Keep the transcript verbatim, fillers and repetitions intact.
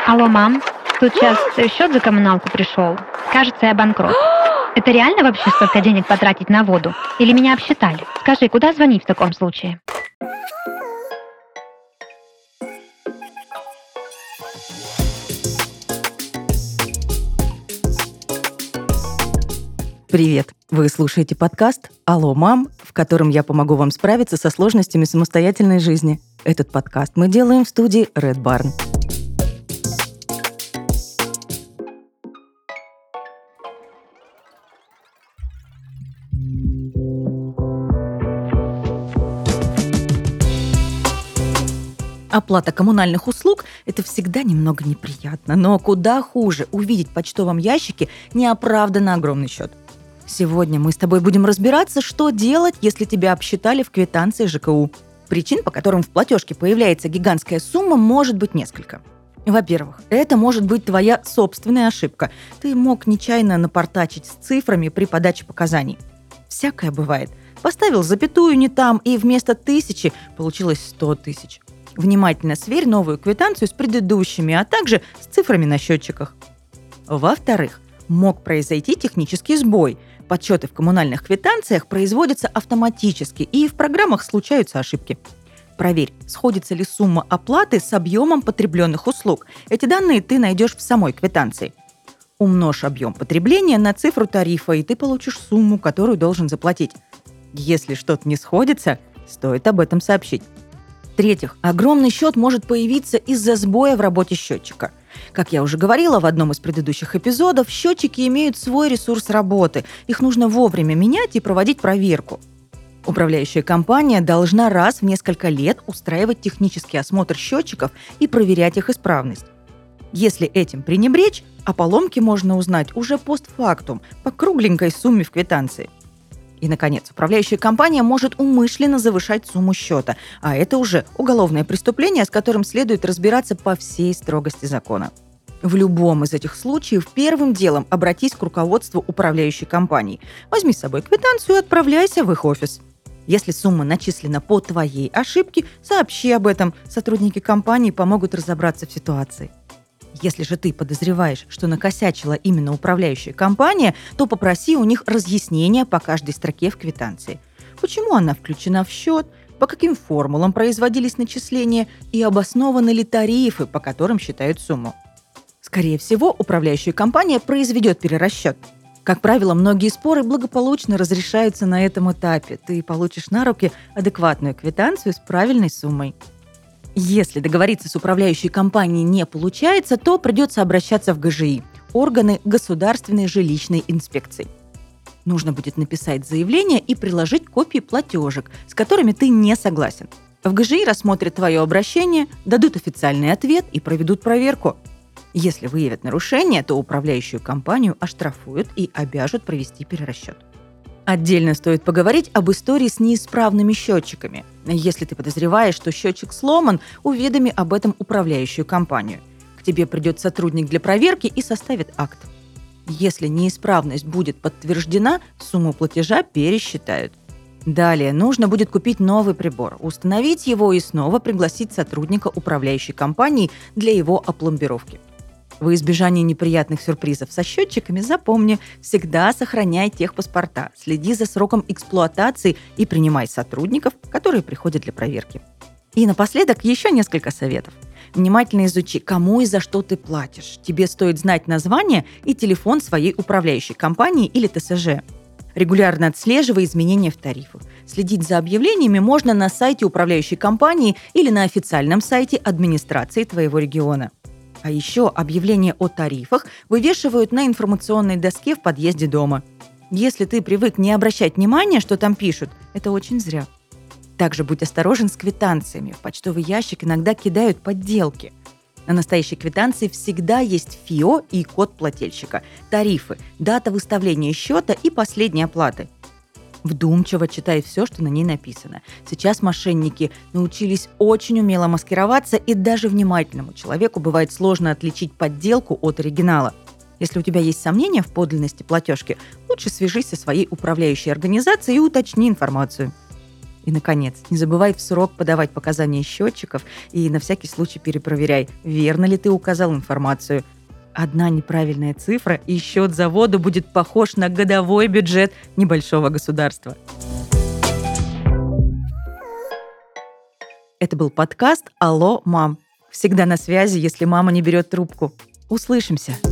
Алло, мам, тут сейчас счет за коммуналку пришел. Кажется, я банкрот. Это реально вообще столько денег потратить на воду? Или меня обсчитали? Скажи, куда звонить в таком случае? Привет! Вы слушаете подкаст «Алло, мам», в котором я помогу вам справиться со сложностями самостоятельной жизни. Этот подкаст мы делаем в студии Red Barn. Оплата коммунальных услуг – это всегда немного неприятно, но куда хуже увидеть в почтовом ящике неоправданно огромный счет. Сегодня мы с тобой будем разбираться, что делать, если тебя обсчитали в квитанции ЖКУ. Причин, по которым в платежке появляется гигантская сумма, может быть несколько. Во-первых, это может быть твоя собственная ошибка. Ты мог нечаянно напортачить с цифрами при подаче показаний. Всякое бывает. Поставил запятую не там, и вместо тысячи получилось сто тысяч. Внимательно сверь новую квитанцию с предыдущими, а также с цифрами на счетчиках. Во-вторых, мог произойти технический сбой. Подсчеты в коммунальных квитанциях производятся автоматически, и в программах случаются ошибки. Проверь, сходится ли сумма оплаты с объемом потребленных услуг. Эти данные ты найдешь в самой квитанции. Умножь объем потребления на цифру тарифа, и ты получишь сумму, которую должен заплатить. Если что-то не сходится, стоит об этом сообщить. В-третьих, огромный счет может появиться из-за сбоя в работе счетчика. Как я уже говорила в одном из предыдущих эпизодов, счетчики имеют свой ресурс работы. Их нужно вовремя менять и проводить проверку. Управляющая компания должна раз в несколько лет устраивать технический осмотр счетчиков и проверять их исправность. Если этим пренебречь, о поломке можно узнать уже постфактум по кругленькой сумме в квитанции. И, наконец, управляющая компания может умышленно завышать сумму счета, а это уже уголовное преступление, с которым следует разбираться по всей строгости закона. В любом из этих случаев первым делом обратись к руководству управляющей компании. Возьми с собой квитанцию и отправляйся в их офис. Если сумма начислена по твоей ошибке, сообщи об этом. Сотрудники компании помогут разобраться в ситуации. Если же ты подозреваешь, что накосячила именно управляющая компания, то попроси у них разъяснения по каждой строке в квитанции. Почему она включена в счет, по каким формулам производились начисления и обоснованы ли тарифы, по которым считают сумму. Скорее всего, управляющая компания произведет перерасчет. Как правило, многие споры благополучно разрешаются на этом этапе. Ты получишь на руки адекватную квитанцию с правильной суммой. Если договориться с управляющей компанией не получается, то придется обращаться в гэ жэ и – органы Государственной жилищной инспекции. Нужно будет написать заявление и приложить копии платежек, с которыми ты не согласен. В гэ жэ и рассмотрят твое обращение, дадут официальный ответ и проведут проверку. Если выявят нарушение, то управляющую компанию оштрафуют и обяжут провести перерасчет. Отдельно стоит поговорить об истории с неисправными счетчиками. Если ты подозреваешь, что счетчик сломан, уведоми об этом управляющую компанию. К тебе придет сотрудник для проверки и составит акт. Если неисправность будет подтверждена, сумму платежа пересчитают. Далее нужно будет купить новый прибор, установить его и снова пригласить сотрудника управляющей компании для его опломбировки. Во избежание неприятных сюрпризов со счетчиками запомни, всегда сохраняй техпаспорта, следи за сроком эксплуатации и принимай сотрудников, которые приходят для проверки. И напоследок еще несколько советов. Внимательно изучи, кому и за что ты платишь. Тебе стоит знать название и телефон своей управляющей компании или тэ эс жэ. Регулярно отслеживай изменения в тарифах. Следить за объявлениями можно на сайте управляющей компании или на официальном сайте администрации твоего региона. А еще объявления о тарифах вывешивают на информационной доске в подъезде дома. Если ты привык не обращать внимания, что там пишут, это очень зря. Также будь осторожен с квитанциями. В почтовый ящик иногда кидают подделки. На настоящей квитанции всегда есть ФИО и код плательщика, тарифы, дата выставления счета и последней оплаты. Вдумчиво читай все, что на ней написано. Сейчас мошенники научились очень умело маскироваться, и даже внимательному человеку бывает сложно отличить подделку от оригинала. Если у тебя есть сомнения в подлинности платежки, лучше свяжись со своей управляющей организацией и уточни информацию. И, наконец, не забывай в срок подавать показания счетчиков и на всякий случай перепроверяй, верно ли ты указал информацию. Одна неправильная цифра, и счет за воду будет похож на годовой бюджет небольшого государства. Это был подкаст «Алло, мам». Всегда на связи, если мама не берет трубку. Услышимся!